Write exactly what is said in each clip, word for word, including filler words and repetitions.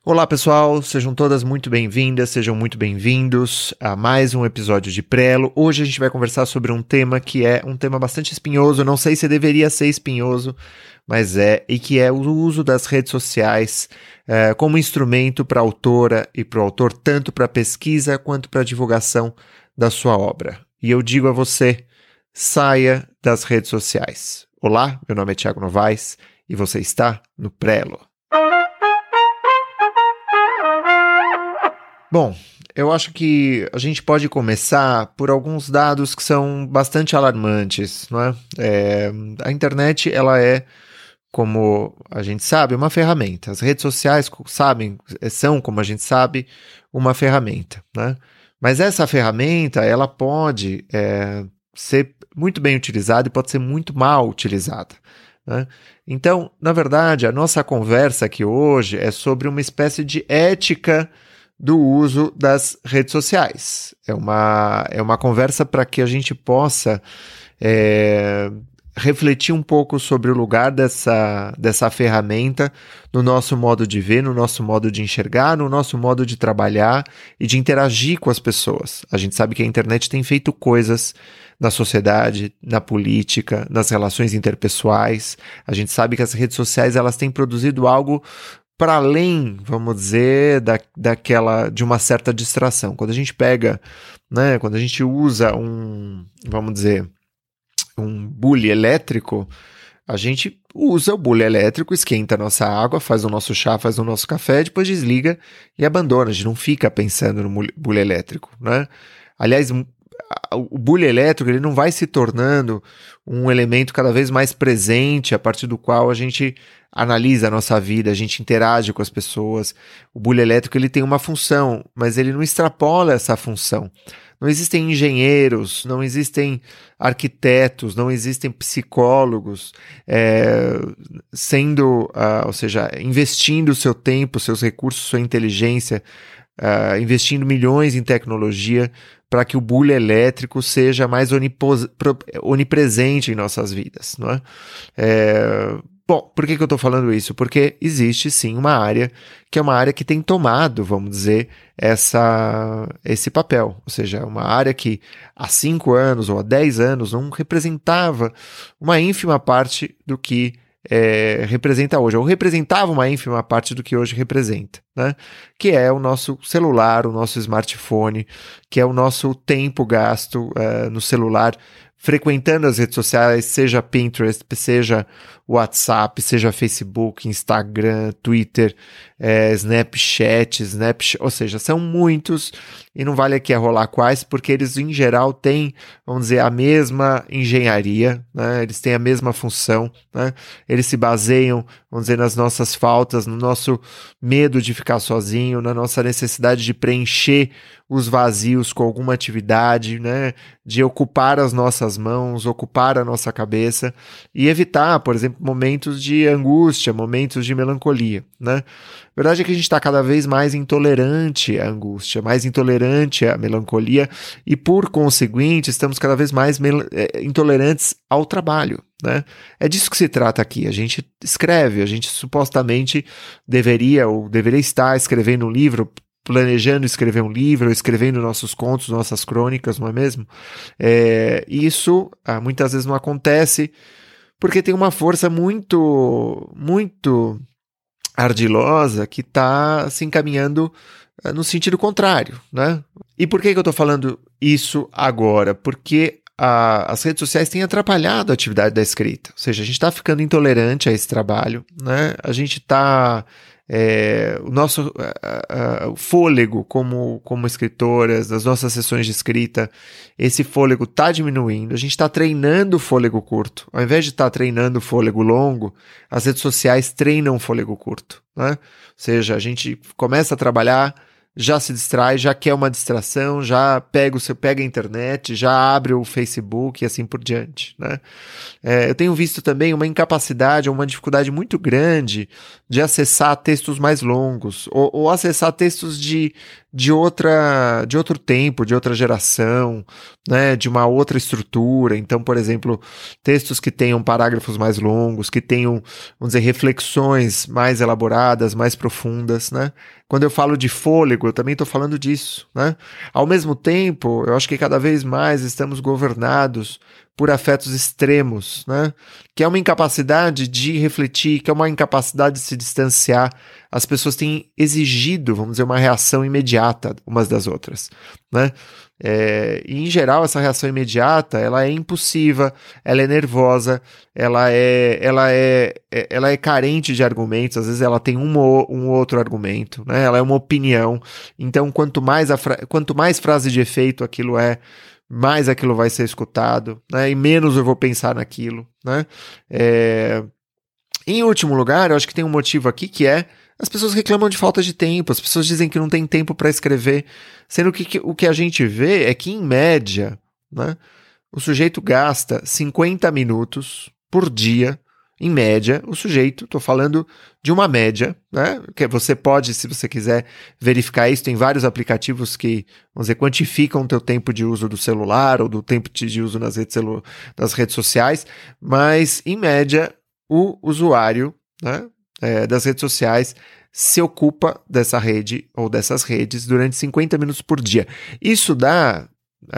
Olá pessoal, sejam todas muito bem-vindas, sejam muito bem-vindos a mais um episódio de Prelo. Hoje a gente vai conversar sobre um tema que é um tema bastante espinhoso, não sei se deveria ser espinhoso, mas é, e que é o uso das redes sociais é, como instrumento para a autora e para o autor, tanto para pesquisa quanto para divulgação da sua obra. E eu digo a você, saia das redes sociais. Olá, meu nome é Thiago Novaes e você está no Prelo. Bom, eu acho que a gente pode começar por alguns dados que são bastante alarmantes, não é? É, a internet, ela é, como a gente sabe, uma ferramenta. As redes sociais sabem, são, como a gente sabe, uma ferramenta, né? Mas essa ferramenta, ela pode é, ser muito bem utilizada e pode ser muito mal utilizada, né? Então, na verdade, a nossa conversa aqui hoje é sobre uma espécie de ética do uso das redes sociais. É uma, é uma conversa para que a gente possa é, refletir um pouco sobre o lugar dessa, dessa ferramenta no nosso modo de ver, no nosso modo de enxergar, no nosso modo de trabalhar e de interagir com as pessoas. A gente sabe que a internet tem feito coisas na sociedade, na política, nas relações interpessoais. A gente sabe que as redes sociais elas têm produzido algo para além, vamos dizer, da, daquela, de uma certa distração. Quando a gente pega, né, quando a gente usa um, vamos dizer, um bule elétrico, a gente usa o bule elétrico, esquenta a nossa água, faz o nosso chá, faz o nosso café, depois desliga e abandona. A gente não fica pensando no bule elétrico, né? Aliás, o bule elétrico ele não vai se tornando um elemento cada vez mais presente a partir do qual a gente analisa a nossa vida, a gente interage com as pessoas. O bule elétrico ele tem uma função, mas ele não extrapola essa função. Não existem engenheiros, não existem arquitetos, não existem psicólogos é, sendo, uh, ou seja, investindo o seu tempo, seus recursos, sua inteligência, uh, investindo milhões em tecnologia para que o bule elétrico seja mais onipos- onipresente em nossas vidas, não é? É... Bom, por que que eu estou falando isso? Porque existe sim uma área que é uma área que tem tomado, vamos dizer, essa, esse papel. Ou seja, uma área que há cinco anos ou há dez anos não representava uma ínfima parte do que é, representa hoje, ou representava uma ínfima parte do que hoje representa, né? Que é o nosso celular, o nosso smartphone, que é o nosso tempo gasto uh, no celular, frequentando as redes sociais, seja Pinterest, seja WhatsApp, seja Facebook, Instagram, Twitter, é, Snapchat, Snapchat, ou seja, são muitos e não vale aqui rolar quais, porque eles em geral têm, vamos dizer, a mesma engenharia, né? Eles têm a mesma função, né? Eles se baseiam, vamos dizer, nas nossas faltas, no nosso medo de ficar sozinho, na nossa necessidade de preencher os vazios com alguma atividade, né? De ocupar as nossas mãos, ocupar a nossa cabeça e evitar, por exemplo, momentos de angústia, momentos de melancolia, né? A verdade é que a gente está cada vez mais intolerante à angústia, mais intolerante à melancolia e, por conseguinte, estamos cada vez mais mel- é, intolerantes ao trabalho, né? É disso que se trata aqui. A gente escreve, a gente supostamente deveria ou deveria estar escrevendo um livro, planejando escrever um livro, escrevendo nossos contos, nossas crônicas, não é mesmo? É, isso ah, muitas vezes não acontece porque tem uma força muito, muito ardilosa que está se encaminhando ah, no sentido contrário, né? E por que que eu estou falando isso agora? Porque a, as redes sociais têm atrapalhado a atividade da escrita, ou seja, a gente está ficando intolerante a esse trabalho, né? A gente está É, o nosso uh, uh, uh, fôlego como, como escritoras, das nossas sessões de escrita, esse fôlego está diminuindo, a gente está treinando o fôlego curto. Ao invés de estar tá treinando o fôlego longo, as redes sociais treinam o fôlego curto, né? Ou seja, a gente começa a trabalhar, já se distrai, já quer uma distração, já pega, o seu, pega a internet, já abre o Facebook e assim por diante, né? É, eu tenho visto também uma incapacidade, uma dificuldade muito grande de acessar textos mais longos ou, ou acessar textos de, de outra, de outro tempo, de outra geração, né, de uma outra estrutura. Então, por exemplo, textos que tenham parágrafos mais longos, que tenham, vamos dizer, reflexões mais elaboradas, mais profundas, né? Quando eu falo de fôlego, eu também estou falando disso, né? Ao mesmo tempo, eu acho que cada vez mais estamos governados por afetos extremos, né? Que é uma incapacidade de refletir, que é uma incapacidade de se distanciar. As pessoas têm exigido, vamos dizer, uma reação imediata umas das outras, né? É, e em geral essa reação imediata ela é impulsiva, ela é nervosa, ela é, ela é, ela é carente de argumentos, às vezes ela tem um ou um outro argumento, né? Ela é uma opinião, então quanto mais, a fra- quanto mais frase de efeito aquilo é, mais aquilo vai ser escutado, né? E menos eu vou pensar naquilo, né? É... Em último lugar, eu acho que tem um motivo aqui que é as pessoas reclamam de falta de tempo, as pessoas dizem que não tem tempo para escrever, sendo que, que o que a gente vê é que, em média, né, o sujeito gasta cinquenta minutos por dia, em média, o sujeito, estou falando de uma média, né, que você pode, se você quiser verificar isso, tem vários aplicativos que, vamos dizer, quantificam o teu tempo de uso do celular ou do tempo de uso nas redes, celu- nas redes sociais, mas, em média, o usuário, né, É, das redes sociais se ocupa dessa rede ou dessas redes durante cinquenta minutos por dia. Isso dá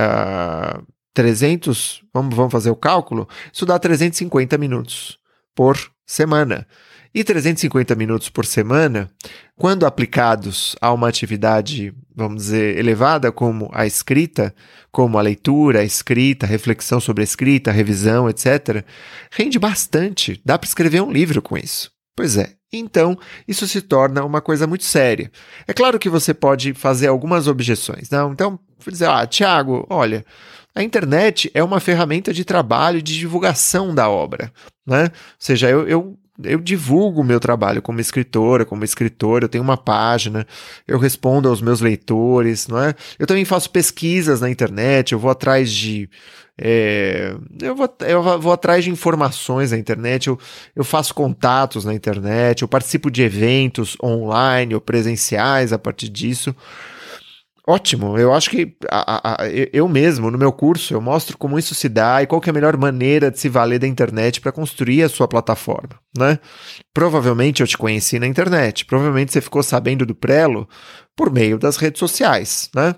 uh, trezentos, vamos, vamos fazer o cálculo, isso dá trezentos e cinquenta minutos por semana. E trezentos e cinquenta minutos por semana, quando aplicados a uma atividade, vamos dizer, elevada como a escrita, como a leitura, a escrita, a reflexão sobre a escrita, a revisão, etcétera, rende bastante. Dá para escrever um livro com isso. Pois é, então isso se torna uma coisa muito séria. É claro que você pode fazer algumas objeções, não? Então, dizer, ah, Tiago, olha, a internet é uma ferramenta de trabalho, de divulgação da obra, né? Ou seja, eu, eu, eu divulgo o meu trabalho como escritora, como escritor, eu tenho uma página, eu respondo aos meus leitores, não é? Eu também faço pesquisas na internet, eu vou atrás de... É, eu, vou, eu vou atrás de informações na internet, eu, eu faço contatos na internet, eu participo de eventos online ou presenciais a partir disso. Ótimo, eu acho que a, a, a, eu mesmo, no meu curso, eu mostro como isso se dá e qual que é a melhor maneira de se valer da internet para construir a sua plataforma, né? Provavelmente eu te conheci na internet, provavelmente você ficou sabendo do Prelo por meio das redes sociais, né?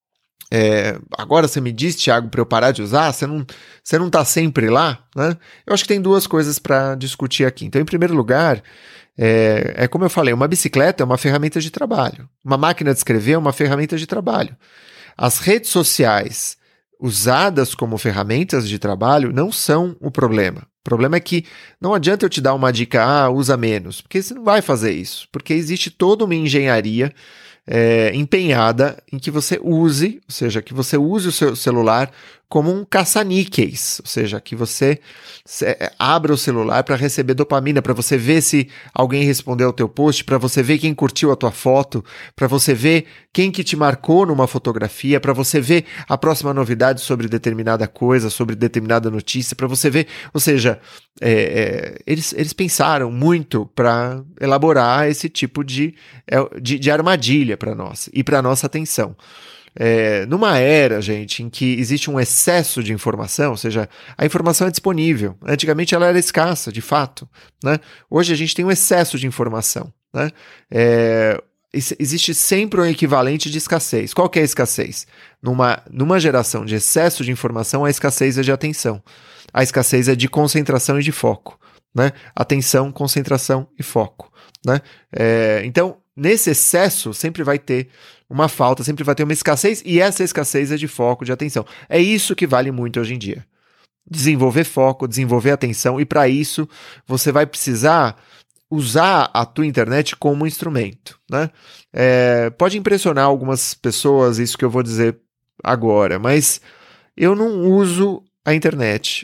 É, agora você me diz, Thiago, para eu parar de usar, você não, você não tá sempre lá, né? Eu acho que tem duas coisas para discutir aqui. Então, em primeiro lugar, é, é como eu falei, uma bicicleta é uma ferramenta de trabalho. Uma máquina de escrever é uma ferramenta de trabalho. As redes sociais usadas como ferramentas de trabalho não são o problema. O problema é que não adianta eu te dar uma dica, ah, usa menos, porque você não vai fazer isso, porque existe toda uma engenharia É, empenhada em que você use, ou seja, que você use o seu celular como um caça-níqueis, ou seja, que você se, abra o celular para receber dopamina, para você ver se alguém respondeu ao teu post, para você ver quem curtiu a tua foto, para você ver quem que te marcou numa fotografia, para você ver a próxima novidade sobre determinada coisa, sobre determinada notícia, para você ver, ou seja, é, é, eles, eles pensaram muito para elaborar esse tipo de, de, de armadilha para nós e para nossa atenção. É, numa era, gente, em que existe um excesso de informação, ou seja, a informação é disponível. Antigamente ela era escassa, de fato, né? Hoje a gente tem um excesso de informação, né? É, existe sempre um equivalente de escassez. Qual que é a escassez? Numa, numa geração de excesso de informação, a escassez é de atenção. A escassez é de concentração e de foco, né? Atenção, concentração e foco, né? É, então, nesse excesso, sempre vai ter uma falta, sempre vai ter uma escassez, e essa escassez é de foco, de atenção. É isso que vale muito hoje em dia. Desenvolver foco, desenvolver atenção, e para isso você vai precisar usar a tua internet como instrumento, né? É, pode impressionar algumas pessoas isso que eu vou dizer agora, mas eu não uso a internet.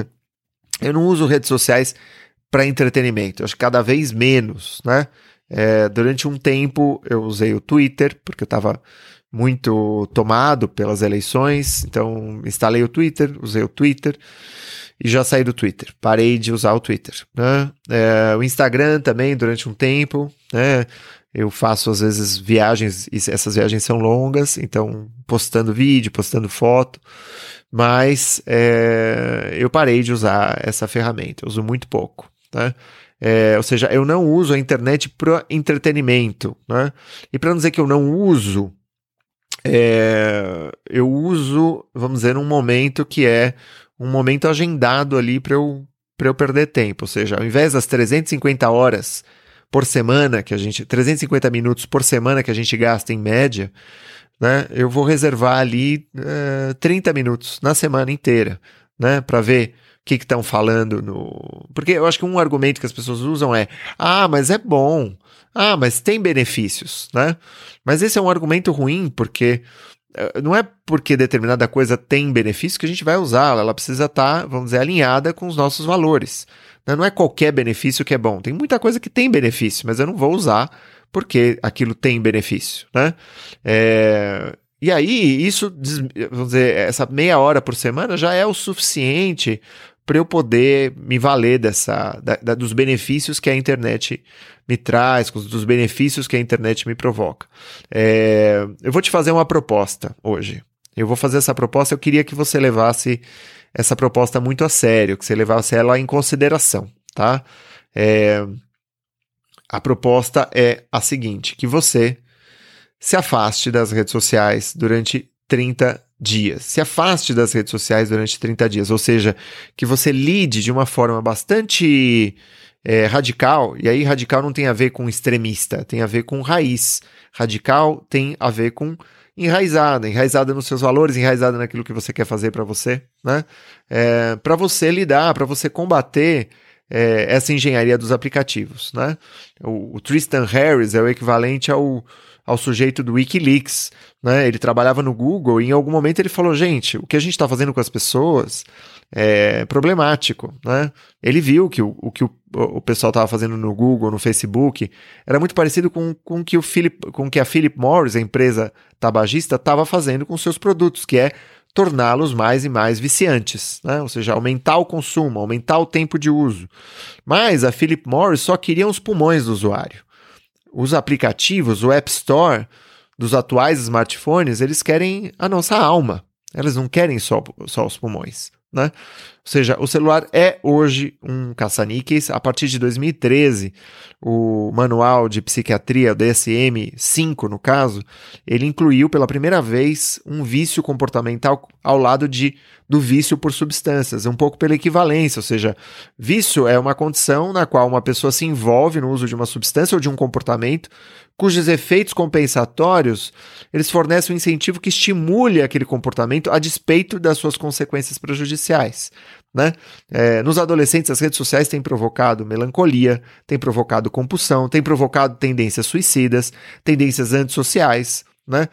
Eu não uso redes sociais para entretenimento, eu acho que cada vez menos, né? É, durante um tempo eu usei o Twitter, porque eu estava muito tomado pelas eleições, então instalei o Twitter, usei o Twitter e já saí do Twitter, parei de usar o Twitter, né? É, o Instagram também durante um tempo, né? Eu faço, às vezes, viagens, e essas viagens são longas, então postando vídeo, postando foto, mas é, eu parei de usar essa ferramenta, eu uso muito pouco, né? É, ou seja, eu não uso a internet para entretenimento, né? E para não dizer que eu não uso, é, eu uso, vamos dizer, num momento que é um momento agendado ali para eu, para eu perder tempo, ou seja, ao invés das trezentas e cinquenta horas por semana que a gente, trezentos e cinquenta minutos por semana que a gente gasta em média, né, eu vou reservar ali uh, trinta minutos na semana inteira, né, para ver o que estão falando no... Porque eu acho que um argumento que as pessoas usam é, ah, mas é bom, ah, mas tem benefícios, né? Mas esse é um argumento ruim, porque uh, não é porque determinada coisa tem benefício que a gente vai usá-la, ela precisa estar, vamos dizer, alinhada com os nossos valores. Não é qualquer benefício que é bom. Tem muita coisa que tem benefício, mas eu não vou usar porque aquilo tem benefício, né? É... E aí, isso, vamos dizer, essa meia hora por semana já é o suficiente para eu poder me valer dessa, da, da, dos benefícios que a internet me traz, dos benefícios que a internet me provoca. É... Eu vou te fazer uma proposta hoje. Eu vou fazer essa proposta, eu queria que você levasse essa proposta muito a sério, que você levasse ela em consideração, tá? É, a proposta é a seguinte, que você se afaste das redes sociais durante trinta dias. Se afaste das redes sociais durante trinta dias, ou seja, que você lide de uma forma bastante é, radical, e aí radical não tem a ver com extremista, tem a ver com raiz. Radical tem a ver com enraizada, enraizada nos seus valores, enraizada naquilo que você quer fazer para você, né? É, para você lidar, para você combater é, essa engenharia dos aplicativos, né? O, o Tristan Harris é o equivalente ao, ao sujeito do Wikileaks, né? Ele trabalhava no Google e em algum momento ele falou, gente, o que a gente está fazendo com as pessoas é problemático, né? Ele viu que o, o que o, o pessoal estava fazendo no Google, no Facebook, era muito parecido com, com, que o Philip, com que a Philip Morris, a empresa tabagista, estava fazendo com seus produtos, que é torná-los mais e mais viciantes, né? Ou seja, aumentar o consumo, aumentar o tempo de uso. Mas a Philip Morris só queria os pulmões do usuário. Os aplicativos, o App Store dos atuais smartphones, eles querem a nossa alma. Eles não querem só, só os pulmões, né? Ou seja, o celular é hoje um caça-níqueis. A partir de dois mil e treze, o manual de psiquiatria, o D S M cinco no caso, ele incluiu pela primeira vez um vício comportamental ao lado de, do vício por substâncias, um pouco pela equivalência, ou seja, vício é uma condição na qual uma pessoa se envolve no uso de uma substância ou de um comportamento cujos efeitos compensatórios eles fornecem um incentivo que estimule aquele comportamento a despeito das suas consequências prejudiciais, né? É, nos adolescentes, as redes sociais têm provocado melancolia, têm provocado compulsão, têm provocado tendências suicidas, tendências antissociais, né?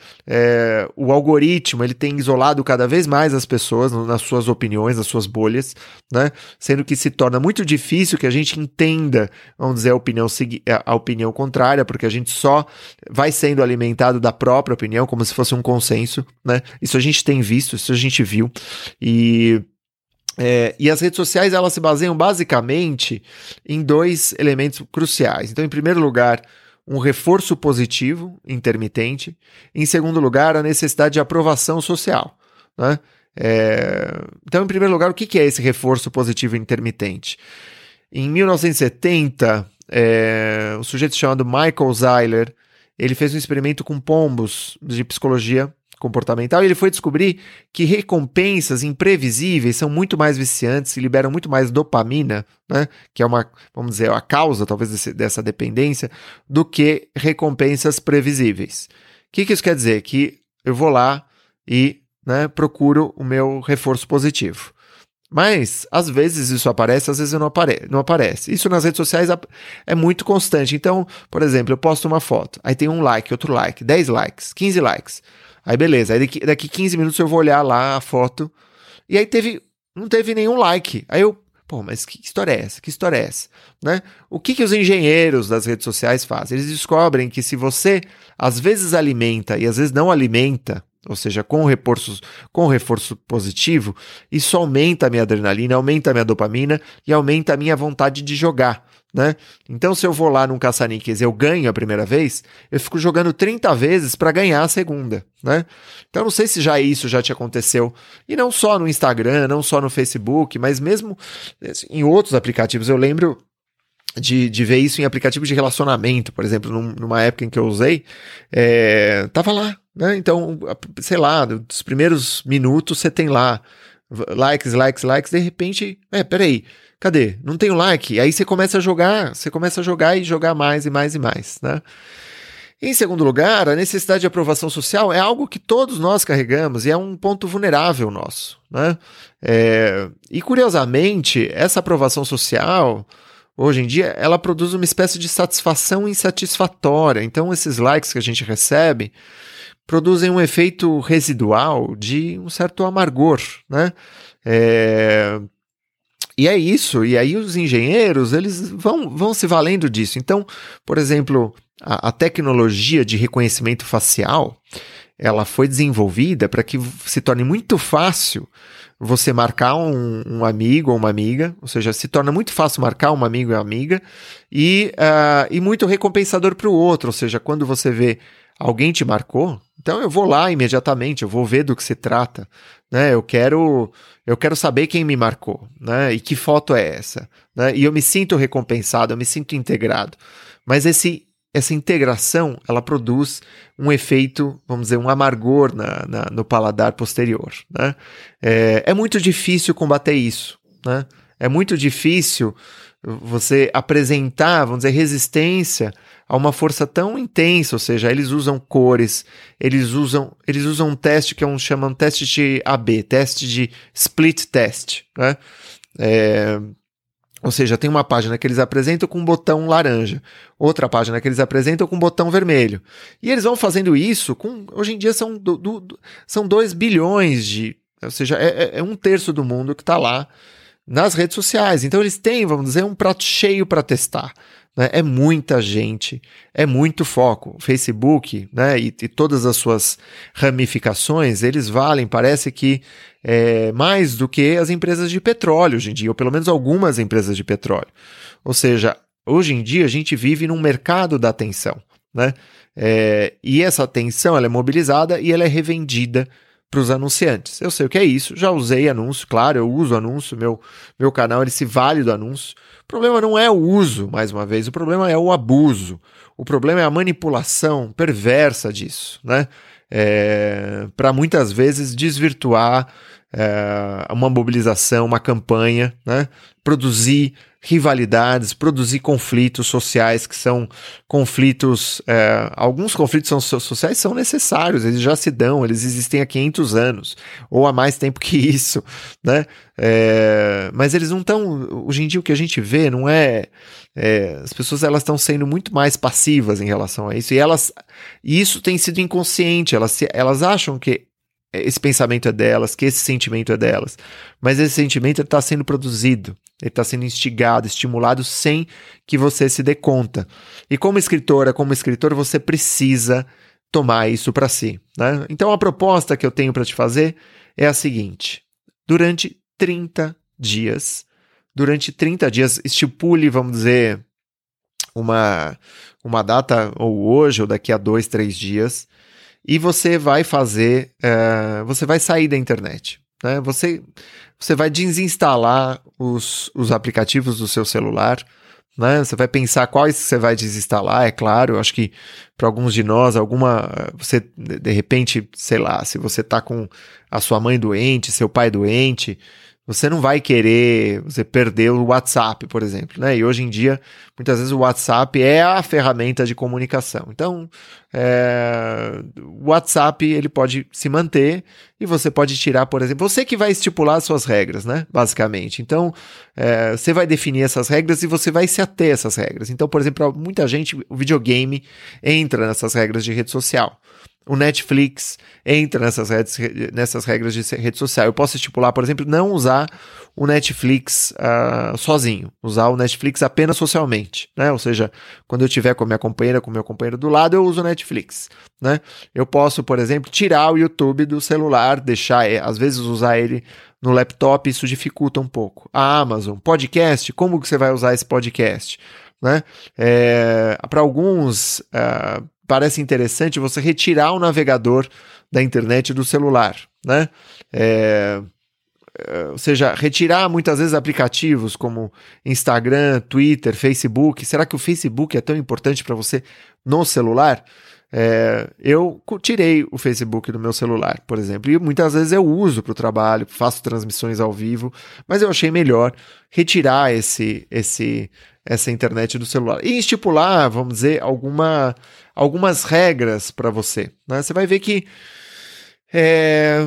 É, o algoritmo ele tem isolado cada vez mais as pessoas nas suas opiniões, nas suas bolhas, né? Sendo que se torna muito difícil que a gente entenda, vamos dizer, a opinião, a opinião contrária, porque a gente só vai sendo alimentado da própria opinião, como se fosse um consenso, né? Isso a gente tem visto, isso a gente viu, e É, e as redes sociais elas se baseiam basicamente em dois elementos cruciais. Então, em primeiro lugar, um reforço positivo intermitente. Em segundo lugar, a necessidade de aprovação social, né? É, então, em primeiro lugar, o que é esse reforço positivo intermitente? Em mil novecentos e setenta, é, um sujeito chamado Michael Zeiler, ele fez um experimento com pombos de psicologia comportamental, e ele foi descobrir que recompensas imprevisíveis são muito mais viciantes e liberam muito mais dopamina, né, que é uma, vamos dizer, a causa talvez desse, dessa dependência, do que recompensas previsíveis. O que, que isso quer dizer? Que eu vou lá e, né, procuro o meu reforço positivo. Mas, às vezes isso aparece, às vezes não, apare- não aparece. Isso nas redes sociais é muito constante. Então, por exemplo, eu posto uma foto, aí tem um like, outro like, dez likes, quinze likes. Aí beleza, aí daqui, daqui quinze minutos eu vou olhar lá a foto, e aí teve, não teve nenhum like. Aí eu, pô, mas que história é essa? Que história é essa? Né? O que, que os engenheiros das redes sociais fazem? Eles descobrem que se você às vezes alimenta e às vezes não alimenta, ou seja, com reforço, com reforço positivo, isso aumenta a minha adrenalina, aumenta a minha dopamina e aumenta a minha vontade de jogar. né? Então, se eu vou lá num caça-níqueis e eu ganho a primeira vez, eu fico jogando trinta vezes para ganhar a segunda, né? Então, não sei se já isso já te aconteceu, e não só no Instagram, não só no Facebook, mas mesmo em outros aplicativos. Eu lembro de, de ver isso em aplicativos de relacionamento, por exemplo, num, numa época em que eu usei, é, tava lá, né? Então, sei lá, dos primeiros minutos você tem lá likes, likes, likes, de repente, é, peraí, cadê? Não tem o like. Aí você começa a jogar, você começa a jogar e jogar mais e mais e mais, né? Em segundo lugar, a necessidade de aprovação social é algo que todos nós carregamos e é um ponto vulnerável nosso, né? É, e curiosamente, essa aprovação social, hoje em dia, ela produz uma espécie de satisfação insatisfatória. Então, esses likes que a gente recebe produzem um efeito residual de um certo amargor, né? É... E é isso, e aí os engenheiros, eles vão, vão se valendo disso. Então, por exemplo, a, a tecnologia de reconhecimento facial, ela foi desenvolvida para que se torne muito fácil você marcar um, um amigo ou uma amiga, ou seja, se torna muito fácil marcar um amigo e uma amiga, e, uh, e muito recompensador para o outro, ou seja, quando você vê alguém te marcou, então eu vou lá imediatamente, eu vou ver do que se trata, né? Eu quero, eu quero saber quem me marcou, né? E que foto é essa, né? E eu me sinto recompensado, eu me sinto integrado. Mas esse, essa integração, ela produz um efeito, vamos dizer, um amargor na, na, no paladar posterior, né? É, é muito difícil combater isso, né? É muito difícil você apresentar, vamos dizer, resistência a uma força tão intensa, ou seja, eles usam cores, eles usam, eles usam um teste que é um, chamam teste de A B, teste de split test, né? É, ou seja, tem uma página que eles apresentam com um botão laranja, outra página que eles apresentam com um botão vermelho. E eles vão fazendo isso com, hoje em dia são, do, do, são dois bilhões de, ou seja, é, é um terço do mundo que está lá nas redes sociais. Então eles têm, vamos dizer, um prato cheio para testar. Né? É muita gente, é muito foco. O Facebook, né, e, e todas as suas ramificações, eles valem, parece que é, mais do que as empresas de petróleo hoje em dia, ou pelo menos algumas empresas de petróleo. Ou seja, hoje em dia a gente vive num mercado da atenção, né? É, e essa atenção ela é mobilizada e ela é revendida para os anunciantes. Eu sei o que é isso, já usei anúncio, claro, eu uso anúncio, meu, meu canal ele se vale do anúncio. O problema não é o uso, mais uma vez, o problema é o abuso, o problema é a manipulação perversa disso, né? É, para muitas vezes desvirtuar é, uma mobilização, uma campanha, né? Produzir rivalidades, produzir conflitos sociais que são conflitos, é, alguns conflitos são, sociais são necessários, eles já se dão, eles existem há quinhentos anos, ou há mais tempo que isso, né? É, mas eles não estão, hoje em dia o que a gente vê não é, é as pessoas elas estão sendo muito mais passivas em relação a isso, e elas, e isso tem sido inconsciente, elas, elas acham que esse pensamento é delas, que esse sentimento é delas, mas esse sentimento está sendo produzido, ele está sendo instigado, estimulado sem que você se dê conta. E como escritora, como escritor, você precisa tomar isso para si, né? Então a proposta que eu tenho para te fazer é a seguinte: durante trinta dias, durante trinta dias, estipule, vamos dizer, uma, uma data, ou hoje, ou daqui a dois, três dias, e você vai fazer, uh, você vai sair da internet, né? Você, você vai desinstalar os, os aplicativos do seu celular, né? Você vai pensar quais você vai desinstalar, é claro. Eu acho que para alguns de nós, alguma, você de repente, sei lá, se você está com a sua mãe doente, seu pai doente, você não vai querer, você perder o WhatsApp, por exemplo, né? E hoje em dia, muitas vezes o WhatsApp é a ferramenta de comunicação. Então, é, o WhatsApp, ele pode se manter e você pode tirar, por exemplo, você que vai estipular as suas regras, né? Basicamente. Então, é, você vai definir essas regras e você vai se ater a essas regras. Então, por exemplo, muita gente, o videogame entra nessas regras de rede social. O Netflix entra nessas, redes, nessas regras de rede social. Eu posso estipular, por exemplo, não usar o Netflix uh, sozinho, usar o Netflix apenas socialmente, né? Ou seja, quando eu estiver com a minha companheira, com o meu companheiro do lado, eu uso o Netflix, né? Eu posso, por exemplo, tirar o YouTube do celular, deixar, às vezes usar ele no laptop, isso dificulta um pouco. A Amazon, podcast, como que você vai usar esse podcast? né? É, para alguns, uh, parece interessante você retirar o navegador da internet do celular, né? É, ou seja, retirar muitas vezes aplicativos como Instagram, Twitter, Facebook. Será que o Facebook é tão importante para você no celular? É, eu tirei o Facebook do meu celular, por exemplo, e muitas vezes eu uso para o trabalho, faço transmissões ao vivo, mas eu achei melhor retirar esse, esse, essa internet do celular e estipular, vamos dizer, alguma, algumas regras para você, né? Você vai ver que é,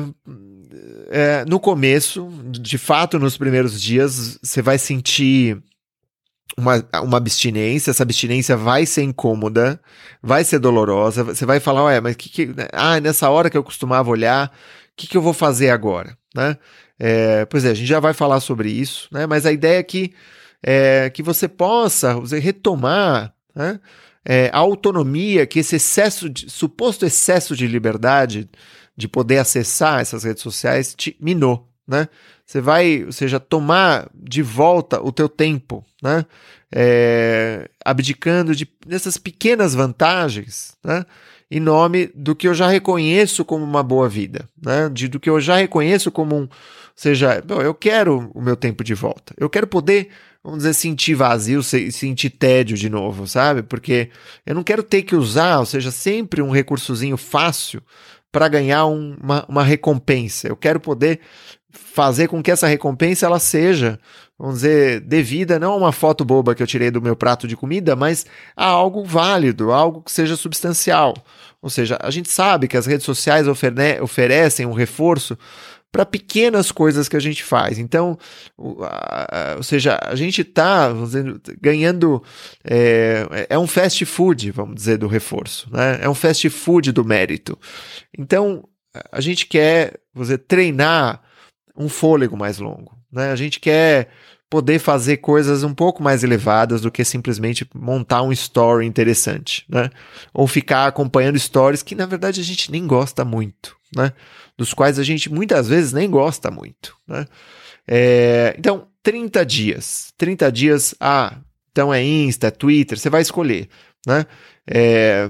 é, no começo, de fato, nos primeiros dias, você vai sentir Uma, uma abstinência, essa abstinência vai ser incômoda, vai ser dolorosa, você vai falar, ué, mas que, que ah, nessa hora que eu costumava olhar, o que, que eu vou fazer agora, né? É, pois é, a gente já vai falar sobre isso, né? Mas a ideia é que, é, que você possa você retomar, né, é, a autonomia que esse excesso de, suposto excesso de liberdade de poder acessar essas redes sociais te minou, né? Você vai, ou seja, tomar de volta o teu tempo, né? É, abdicando de, dessas pequenas vantagens, né? Em nome do que eu já reconheço como uma boa vida, né? De, do que eu já reconheço como um... Ou seja, bom, eu quero o meu tempo de volta. Eu quero poder, vamos dizer, sentir vazio, sentir tédio de novo, sabe? Porque eu não quero ter que usar, ou seja, sempre um recursozinho fácil para ganhar um, uma, uma recompensa. Eu quero poder fazer com que essa recompensa ela seja, vamos dizer, devida não a uma foto boba que eu tirei do meu prato de comida, mas a algo válido, algo que seja substancial. Ou seja, a gente sabe que as redes sociais oferne- oferecem um reforço para pequenas coisas que a gente faz. Então, ou, a, ou seja, a gente está ganhando, é, é um fast food, vamos dizer, do reforço, né? É um fast food do mérito. Então, a gente quer, vamos dizer, treinar um fôlego mais longo, né? A gente quer poder fazer coisas um pouco mais elevadas do que simplesmente montar um story interessante, né? Ou ficar acompanhando stories que, na verdade, a gente nem gosta muito, né? Dos quais a gente muitas vezes nem gosta muito, né? É, então, trinta dias. trinta dias, ah, então é Insta, é Twitter, você vai escolher, né? É,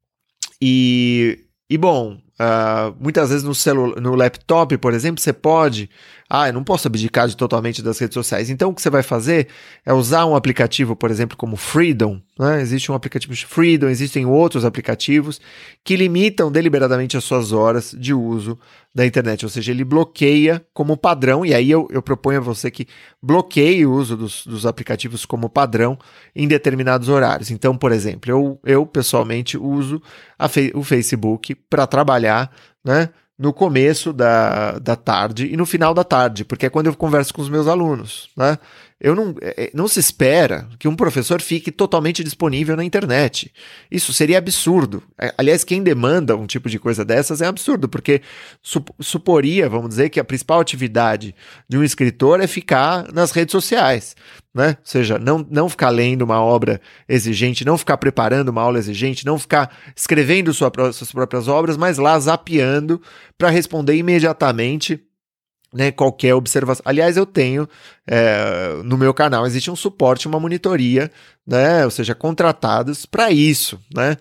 e, e, bom, uh, muitas vezes no, celu- no laptop, por exemplo, você pode... Ah, eu não posso abdicar de totalmente das redes sociais. Então, o que você vai fazer é usar um aplicativo, por exemplo, como Freedom, né? Existe um aplicativo Freedom, existem outros aplicativos que limitam deliberadamente as suas horas de uso da internet. Ou seja, ele bloqueia como padrão, e aí eu, eu proponho a você que bloqueie o uso dos, dos aplicativos como padrão em determinados horários. Então, por exemplo, eu, eu pessoalmente uso a fe- o Facebook para trabalhar, né? No começo da, da tarde e no final da tarde, porque é quando eu converso com os meus alunos, né? Eu não, não se espera que um professor fique totalmente disponível na internet. Isso seria absurdo. Aliás, quem demanda um tipo de coisa dessas é absurdo, porque suporia, vamos dizer, que a principal atividade de um escritor é ficar nas redes sociais, né? Ou seja, não, não ficar lendo uma obra exigente, não ficar preparando uma aula exigente, não ficar escrevendo sua, suas próprias obras, mas lá zapeando para responder imediatamente, né, qualquer observação. Aliás, eu tenho é, no meu canal existe um suporte, uma monitoria, né, ou seja, contratados para isso, né,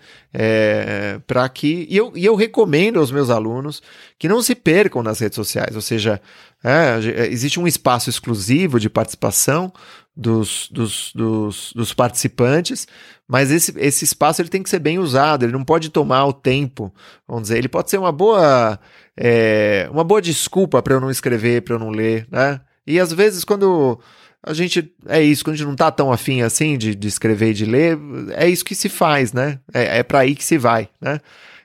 é, para que e eu, e eu recomendo aos meus alunos que não se percam nas redes sociais, ou seja, é, existe um espaço exclusivo de participação dos, dos, dos, dos participantes, mas esse, esse espaço ele tem que ser bem usado, ele não pode tomar o tempo, vamos dizer, ele pode ser uma boa É uma boa desculpa para eu não escrever, para eu não ler, né? E às vezes quando a gente, é isso, quando a gente não tá tão afim assim de, de escrever e de ler, é isso que se faz, né? É, é para aí que se vai, né?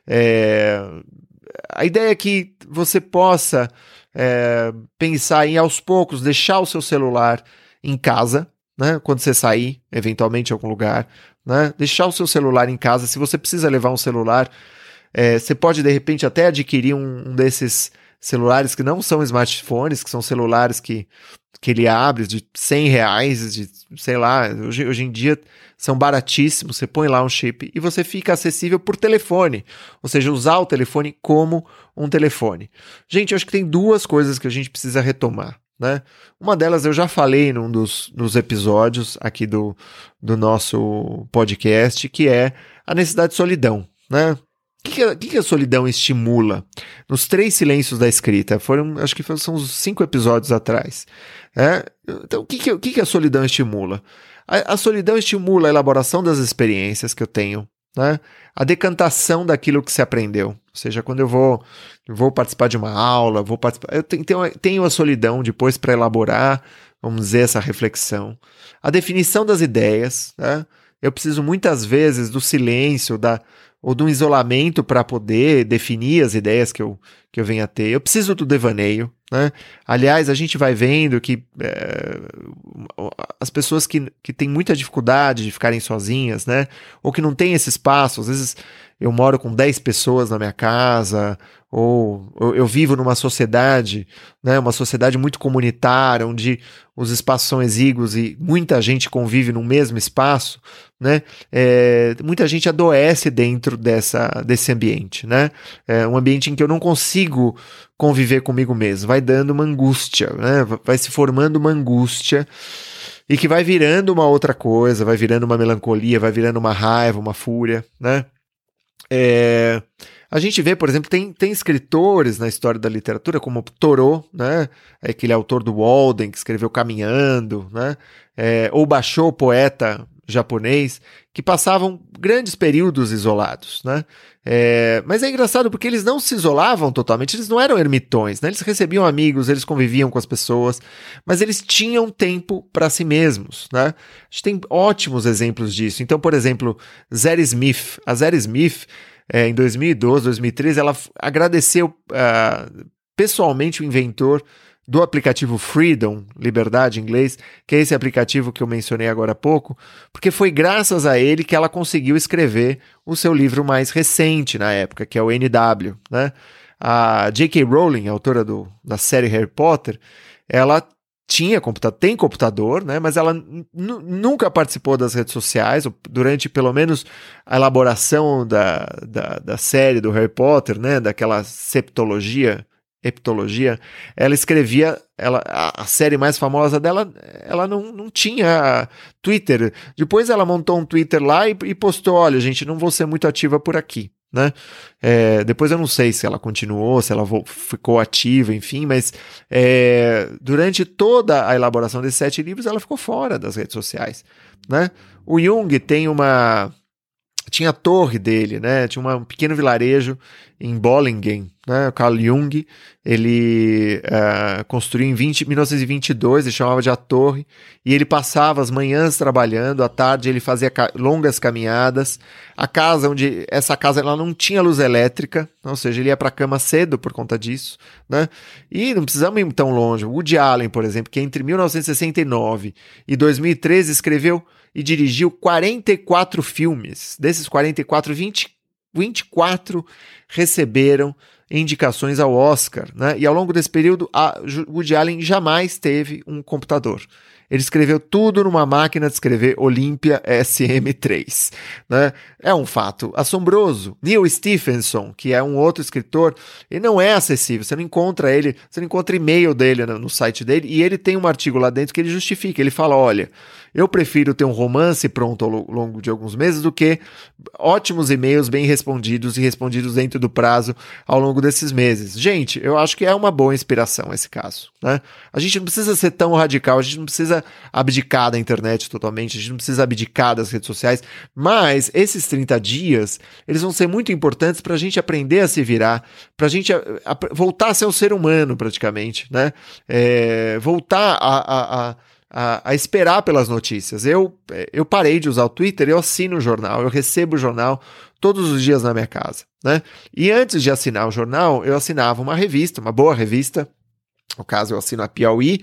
É, a ideia é que você possa é, pensar em aos poucos deixar o seu celular em casa, né? Quando você sair, eventualmente em algum lugar, né? Deixar o seu celular em casa. Se você precisa levar um celular, É, você pode, de repente, até adquirir um, um desses celulares que não são smartphones, que são celulares que, que ele abre de cem reais, de, sei lá, hoje, hoje em dia são baratíssimos, você põe lá um chip e você fica acessível por telefone, ou seja, usar o telefone como um telefone. Gente, eu acho que tem duas coisas que a gente precisa retomar, né? Uma delas eu já falei num dos, dos episódios aqui do, do nosso podcast, que é a necessidade de solidão, né? O que, que, a, que, que a solidão estimula? Nos Três Silêncios da Escrita, foram, acho que são uns cinco episódios atrás. Né? Então, o que, que, o que, que a solidão estimula? A, a solidão estimula a elaboração das experiências que eu tenho, né? A decantação daquilo que se aprendeu. Ou seja, quando eu vou, vou participar de uma aula, vou participar, eu tenho, tenho, tenho a solidão depois para elaborar, vamos dizer, essa reflexão. A definição das ideias, né? Eu preciso muitas vezes do silêncio, da, ou do isolamento para poder definir as ideias que eu, que eu venho a ter. Eu preciso do devaneio, né? Aliás, a gente vai vendo que é, as pessoas que, que têm muita dificuldade de ficarem sozinhas, né? Ou que não têm esse espaço, às vezes eu moro com dez pessoas na minha casa, ou eu, eu vivo numa sociedade, né? Uma sociedade muito comunitária, onde os espaços são exíguos e muita gente convive no mesmo espaço, né? É, muita gente adoece dentro dessa, desse ambiente, né? É um ambiente em que eu não consigo conviver comigo mesmo, vai dando uma angústia, né? Vai se formando uma angústia e que vai virando uma outra coisa, vai virando uma melancolia, vai virando uma raiva, uma fúria, né? É, a gente vê, por exemplo, tem, tem escritores na história da literatura, como Thoreau, né? Aquele autor do Walden, que escreveu Caminhando, né? É, ou Basho, poeta japonês, que passavam grandes períodos isolados, né? É, mas é engraçado porque eles não se isolavam totalmente, eles não eram ermitões, né? Eles recebiam amigos, eles conviviam com as pessoas, mas eles tinham tempo para si mesmos, né? A gente tem ótimos exemplos disso. Então, por exemplo, Zadie Smith. A Zadie Smith, é, em dois mil e doze, dois mil e treze, ela agradeceu uh, pessoalmente o inventor do aplicativo Freedom, liberdade em inglês, que é esse aplicativo que eu mencionei agora há pouco, porque foi graças a ele que ela conseguiu escrever o seu livro mais recente na época, que é o N W, né? A J K. Rowling, autora do, da série Harry Potter, ela tinha computador, tem computador, né? Mas ela nunca participou das redes sociais, durante pelo menos a elaboração da, da, da série do Harry Potter, né? Daquela septologia, heptologia, ela escrevia, ela, a, a série mais famosa dela, ela não, não tinha Twitter. Depois ela montou um Twitter lá e, e postou, olha, gente, não vou ser muito ativa por aqui, né? É, depois eu não sei se ela continuou, se ela vo- ficou ativa, enfim, mas é, durante toda a elaboração desses sete livros, ela ficou fora das redes sociais, né? O Jung tem uma... tinha a torre dele, né? Tinha uma, um pequeno vilarejo em Bollingen, né? O Carl Jung, ele uh, construiu em vinte, mil novecentos e vinte e dois, ele chamava de A Torre, e ele passava as manhãs trabalhando, à tarde ele fazia ca- longas caminhadas. A casa onde, essa casa ela não tinha luz elétrica, ou seja, ele ia para a cama cedo por conta disso, né? E não precisamos ir tão longe. O Woody Allen, por exemplo, que entre mil novecentos e sessenta e nove e dois mil e treze escreveu e dirigiu quarenta e quatro filmes. Desses quarenta e quatro, vinte, vinte e quatro receberam indicações ao Oscar, né? E ao longo desse período, a Woody Allen jamais teve um computador. Ele escreveu tudo numa máquina de escrever Olympia S M três, né? É um fato assombroso. Neil Stephenson, que é um outro escritor, ele não é acessível, você não encontra ele, você não encontra e-mail dele no, no site dele, e ele tem um artigo lá dentro que ele justifica, ele fala, olha, eu prefiro ter um romance pronto ao longo de alguns meses do que ótimos e-mails bem respondidos e respondidos dentro do prazo ao longo desses meses. Gente, eu acho que é uma boa inspiração esse caso, né? A gente não precisa ser tão radical, a gente não precisa abdicar da internet totalmente, a gente não precisa abdicar das redes sociais, mas esses trinta dias, eles vão ser muito importantes para a gente aprender a se virar, para a gente a, a, voltar a ser um ser humano praticamente, né? É, voltar a, a, a A, a esperar pelas notícias. Eu, eu parei de usar o Twitter, eu assino o jornal, eu recebo o jornal todos os dias na minha casa, né? E antes de assinar o jornal, eu assinava uma revista, uma boa revista. No caso, eu assino a Piauí,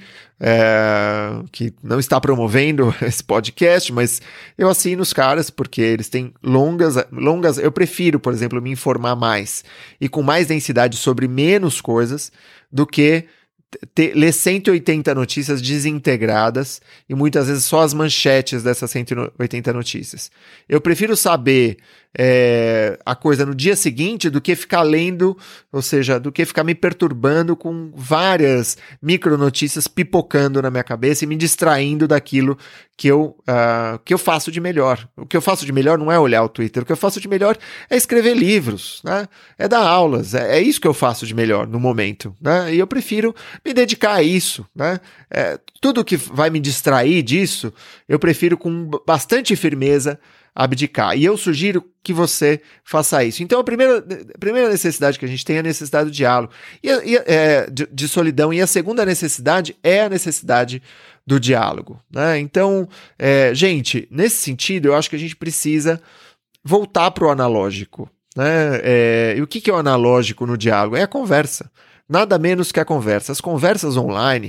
é, que não está promovendo esse podcast, mas eu assino os caras porque eles têm longas, longas... Eu prefiro, por exemplo, me informar mais e com mais densidade sobre menos coisas do que ter, ler cento e oitenta notícias desintegradas e muitas vezes só as manchetes dessas cento e oitenta notícias. Eu prefiro saber é, a coisa no dia seguinte do que ficar lendo, ou seja, do que ficar me perturbando com várias micronotícias pipocando na minha cabeça e me distraindo daquilo que eu, uh, que eu faço de melhor. O que eu faço de melhor não é olhar o Twitter, o que eu faço de melhor é escrever livros, né? É dar aulas, é, é isso que eu faço de melhor no momento, né? E eu prefiro me dedicar a isso, né? É, tudo que vai me distrair disso, eu prefiro com bastante firmeza abdicar. E eu sugiro que você faça isso. Então, a primeira, a primeira necessidade que a gente tem é a necessidade do diálogo, e, e, é, de, de solidão, e a segunda necessidade é a necessidade do diálogo, né? Então, é, gente, nesse sentido, eu acho que a gente precisa voltar para o analógico, né? É, e o que, que é o analógico no diálogo? É a conversa. Nada menos que a conversa. As conversas online,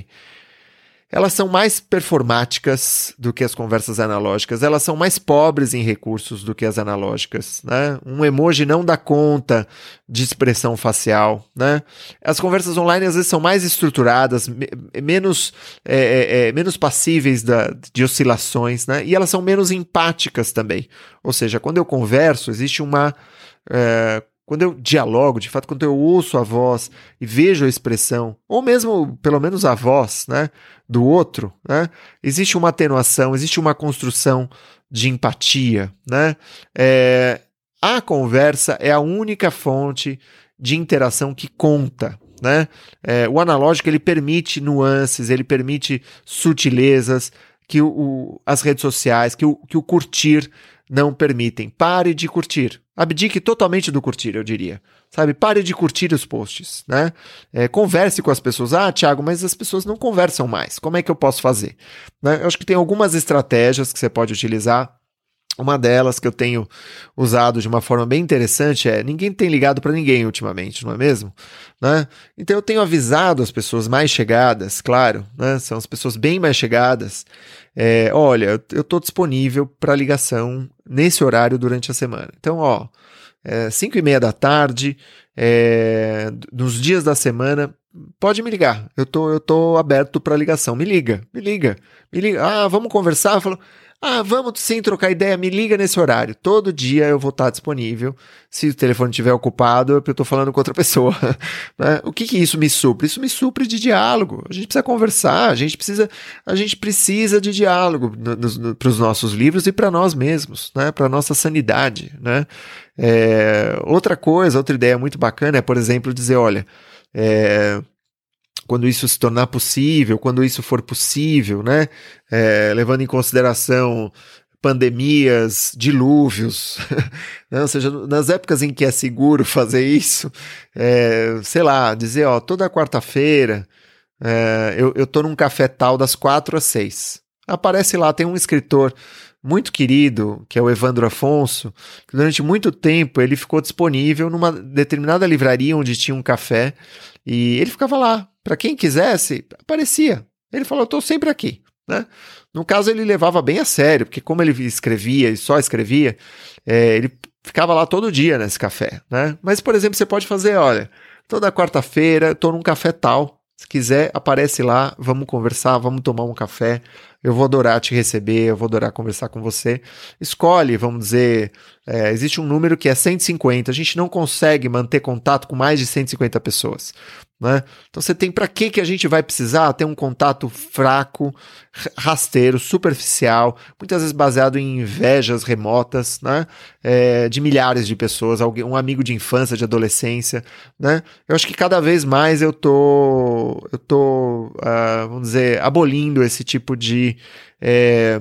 elas são mais performáticas do que as conversas analógicas, elas são mais pobres em recursos do que as analógicas, né? Um emoji não dá conta de expressão facial, né? As conversas online às vezes são mais estruturadas, me- menos, é, é, é, menos passíveis da, de oscilações, né? E elas são menos empáticas também. Ou seja, quando eu converso, existe uma... É, quando eu dialogo, de fato, quando eu ouço a voz e vejo a expressão, ou mesmo, pelo menos, a voz, né, do outro, né, existe uma atenuação, existe uma construção de empatia, né? É, a conversa é a única fonte de interação que conta, né? É, o analógico, ele permite nuances, ele permite sutilezas que o, o, as redes sociais, que o, que o curtir não permitem. Pare de curtir. Abdique totalmente do curtir, eu diria. Sabe? Pare de curtir os posts, né? É, converse com as pessoas. Ah, Thiago, mas as pessoas não conversam mais. Como é que eu posso fazer? Né? Eu acho que tem algumas estratégias que você pode utilizar. Uma delas que eu tenho usado de uma forma bem interessante é: ninguém tem ligado para ninguém ultimamente, não é mesmo? Né? Então eu tenho avisado as pessoas mais chegadas, claro, né? São as pessoas bem mais chegadas. É, olha, eu estou disponível para ligação nesse horário durante a semana. Então, ó, é, cinco e meia da tarde, é, nos dias da semana, pode me ligar. Eu tô, eu tô aberto para ligação. Me liga, me liga, me liga. Ah, vamos conversar? Eu falo, ah, vamos sim trocar ideia, me liga nesse horário. Todo dia eu vou estar disponível. Se o telefone estiver ocupado, é porque eu estou falando com outra pessoa. Né? O que que isso me supre? Isso me supre de diálogo. A gente precisa conversar, a gente precisa, a gente precisa de diálogo para os nossos livros e para nós mesmos, né? Para a nossa sanidade. Né? É, outra coisa, outra ideia muito bacana é, por exemplo, dizer, olha, é, quando isso se tornar possível, quando isso for possível, né? É, levando em consideração pandemias, dilúvios, né? Ou seja, nas épocas em que é seguro fazer isso, é, sei lá, dizer, ó, toda quarta-feira é, eu, eu tô num café tal das quatro às seis. Aparece lá, tem um escritor muito querido, que é o Evandro Afonso, que durante muito tempo ele ficou disponível numa determinada livraria onde tinha um café, e ele ficava lá. Para quem quisesse, aparecia. Ele falou, eu estou sempre aqui. Né? No caso, ele levava bem a sério, porque como ele escrevia e só escrevia, é, ele ficava lá todo dia nesse café. Né? Mas, por exemplo, você pode fazer, olha, toda quarta-feira estou num café tal. Se quiser, aparece lá, vamos conversar, vamos tomar um café. Eu vou adorar te receber, eu vou adorar conversar com você. Escolhe, vamos dizer, é, existe um número que é cento e cinquenta. A gente não consegue manter contato com mais de cento e cinquenta pessoas. Né? Então você tem para que que a gente vai precisar ter um contato fraco, rasteiro, superficial, muitas vezes baseado em invejas remotas, né? É, de milhares de pessoas, alguém, um amigo de infância, de adolescência, né? Eu acho que cada vez mais eu tô, eu tô, uh, vamos dizer, abolindo esse tipo de é,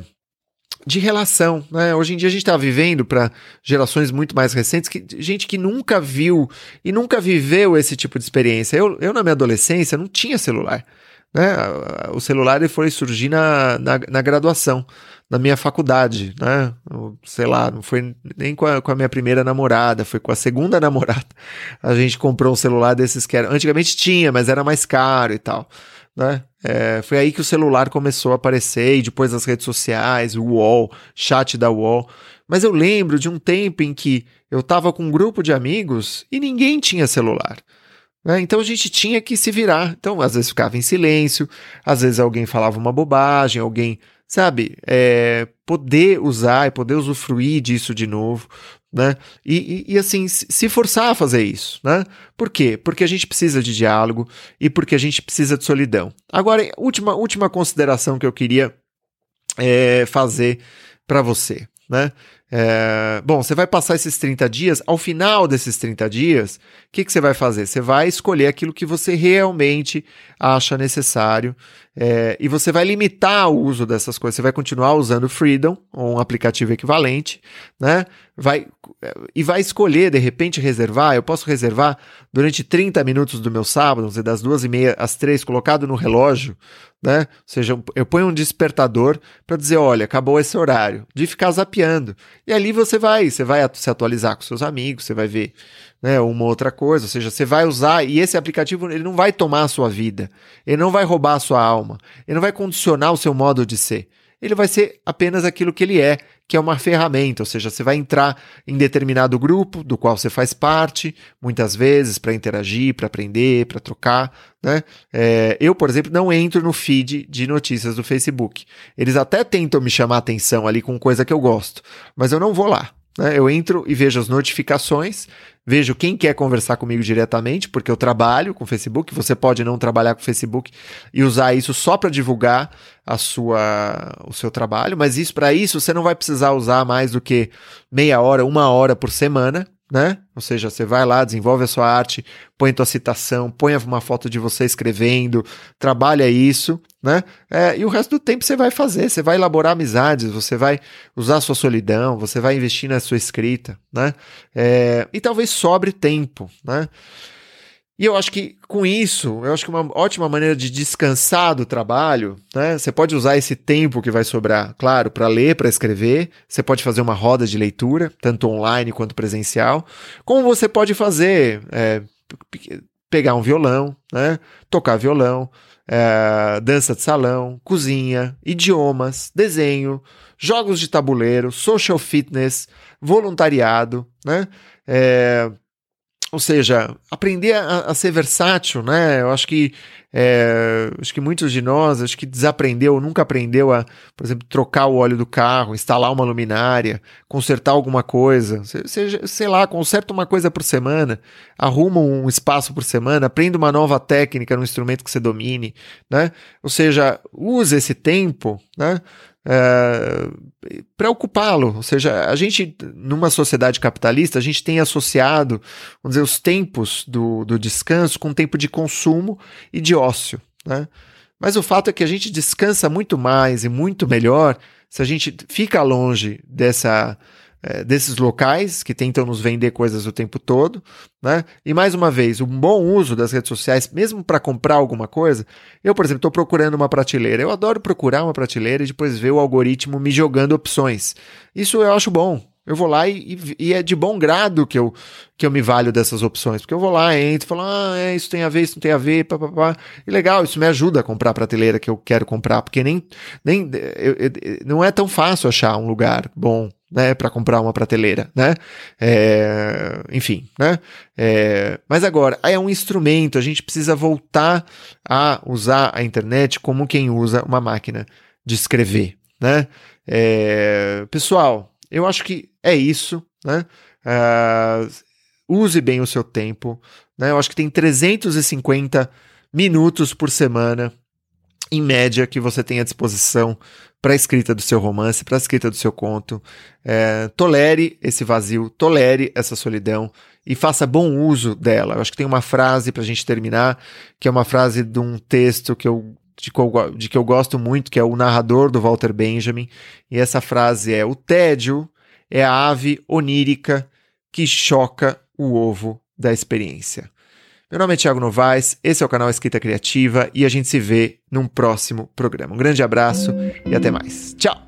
de relação, né? Hoje em dia a gente está vivendo para gerações muito mais recentes, que, gente que nunca viu e nunca viveu esse tipo de experiência. Eu, eu na minha adolescência, não tinha celular. Né? O celular ele foi surgir na, na, na graduação, na minha faculdade. Né? Eu, sei lá, não foi nem com a, com a minha primeira namorada, foi com a segunda namorada. A gente comprou um celular desses que era... Antigamente tinha, mas era mais caro e tal. Né? É, foi aí que o celular começou a aparecer, e depois as redes sociais, o U O L, chat da U O L. Mas eu lembro de um tempo em que eu estava com um grupo de amigos e ninguém tinha celular. Né? Então a gente tinha que se virar. Então às vezes ficava em silêncio, às vezes alguém falava uma bobagem, alguém, sabe, é, poder usar e poder usufruir disso de novo. né? E, e, e assim, se forçar a fazer isso, né? Por quê? Porque a gente precisa de diálogo e porque a gente precisa de solidão. Agora, última, última consideração que eu queria é, fazer para você, né? É, bom, você vai passar esses trinta dias, ao final desses trinta dias, o que, que você vai fazer? Você vai escolher aquilo que você realmente acha necessário é, e você vai limitar o uso dessas coisas. Você vai continuar usando o Freedom, ou um aplicativo equivalente, né? Vai, e vai escolher, de repente, reservar. Eu posso reservar durante trinta minutos do meu sábado, vamos dizer, das duas e meia às três, colocado no relógio, né? Ou seja, eu ponho um despertador para dizer, olha, acabou esse horário, de ficar zapeando. E ali você vai, você vai se atualizar com seus amigos, você vai ver, né, uma outra coisa, ou seja, você vai usar, e esse aplicativo ele não vai tomar a sua vida, ele não vai roubar a sua alma, ele não vai condicionar o seu modo de ser. Ele vai ser apenas aquilo que ele é, que é uma ferramenta, ou seja, você vai entrar em determinado grupo do qual você faz parte, muitas vezes para interagir, para aprender, para trocar, né? É, eu, por exemplo, não entro no feed de notícias do Facebook. Eles até tentam me chamar a atenção ali com coisa que eu gosto, mas eu não vou lá. Né? Eu entro e vejo as notificações, vejo quem quer conversar comigo diretamente, porque eu trabalho com o Facebook, você pode não trabalhar com o Facebook e usar isso só para divulgar a sua, o seu trabalho, mas isso para isso você não vai precisar usar mais do que meia hora, uma hora por semana, né? Ou seja, você vai lá, desenvolve a sua arte, põe a tua citação, põe uma foto de você escrevendo, trabalha isso, né? É, e o resto do tempo você vai fazer, você vai elaborar amizades, você vai usar a sua solidão, você vai investir na sua escrita, né? É, e talvez sobre tempo, né? E eu acho que com isso, eu acho que uma ótima maneira de descansar do trabalho, né? Você pode usar esse tempo que vai sobrar, claro, para ler, para escrever. Você pode fazer uma roda de leitura, tanto online quanto presencial. Como você pode fazer, é, pegar um violão, né? Tocar violão, é, dança de salão, cozinha, idiomas, desenho, jogos de tabuleiro, social fitness, voluntariado, né? É, Ou seja, aprender a, a ser versátil, né? Eu acho que, é, acho que muitos de nós, acho que desaprendeu, nunca aprendeu a, por exemplo, trocar o óleo do carro, instalar uma luminária, consertar alguma coisa, seja, sei lá, conserta uma coisa por semana, arruma um espaço por semana, aprenda uma nova técnica no instrumento que você domine, né? Ou seja, use esse tempo, né? Uh, para ocupá-lo, ou seja, a gente numa sociedade capitalista a gente tem associado, vamos dizer, os tempos do, do descanso com tempo de consumo e de ócio, né? Mas o fato é que a gente descansa muito mais e muito melhor se a gente fica longe dessa É, desses locais que tentam nos vender coisas o tempo todo, né? E mais uma vez, um bom uso das redes sociais, mesmo para comprar alguma coisa. Eu, por exemplo, estou procurando uma prateleira. Eu adoro procurar uma prateleira e depois ver o algoritmo me jogando opções. Isso eu acho bom. Eu vou lá e, e, e é de bom grado que eu, que eu me valho dessas opções. Porque eu vou lá, entro e falo, ah, é, isso tem a ver, isso não tem a ver, papapá. E legal, isso me ajuda a comprar a prateleira que eu quero comprar, porque nem, nem eu, eu, não é tão fácil achar um lugar bom, né, para comprar uma prateleira, né? É, enfim, né? É, mas agora, é um instrumento, a gente precisa voltar a usar a internet como quem usa uma máquina de escrever, né? É, pessoal, eu acho que é isso, né? Uh, use bem o seu tempo, né? Eu acho que tem trezentos e cinquenta minutos por semana, em média, que você tem à disposição para a escrita do seu romance, para a escrita do seu conto. É, tolere esse vazio, tolere essa solidão e faça bom uso dela. Eu acho que tem uma frase para a gente terminar, que é uma frase de um texto que eu De que, eu, de que eu gosto muito, que é o narrador do Walter Benjamin, e essa frase é: o tédio é a ave onírica que choca o ovo da experiência. Meu nome é Thiago Novaes, esse é o canal Escrita Criativa e a gente se vê num próximo programa. Um grande abraço e até mais. Tchau!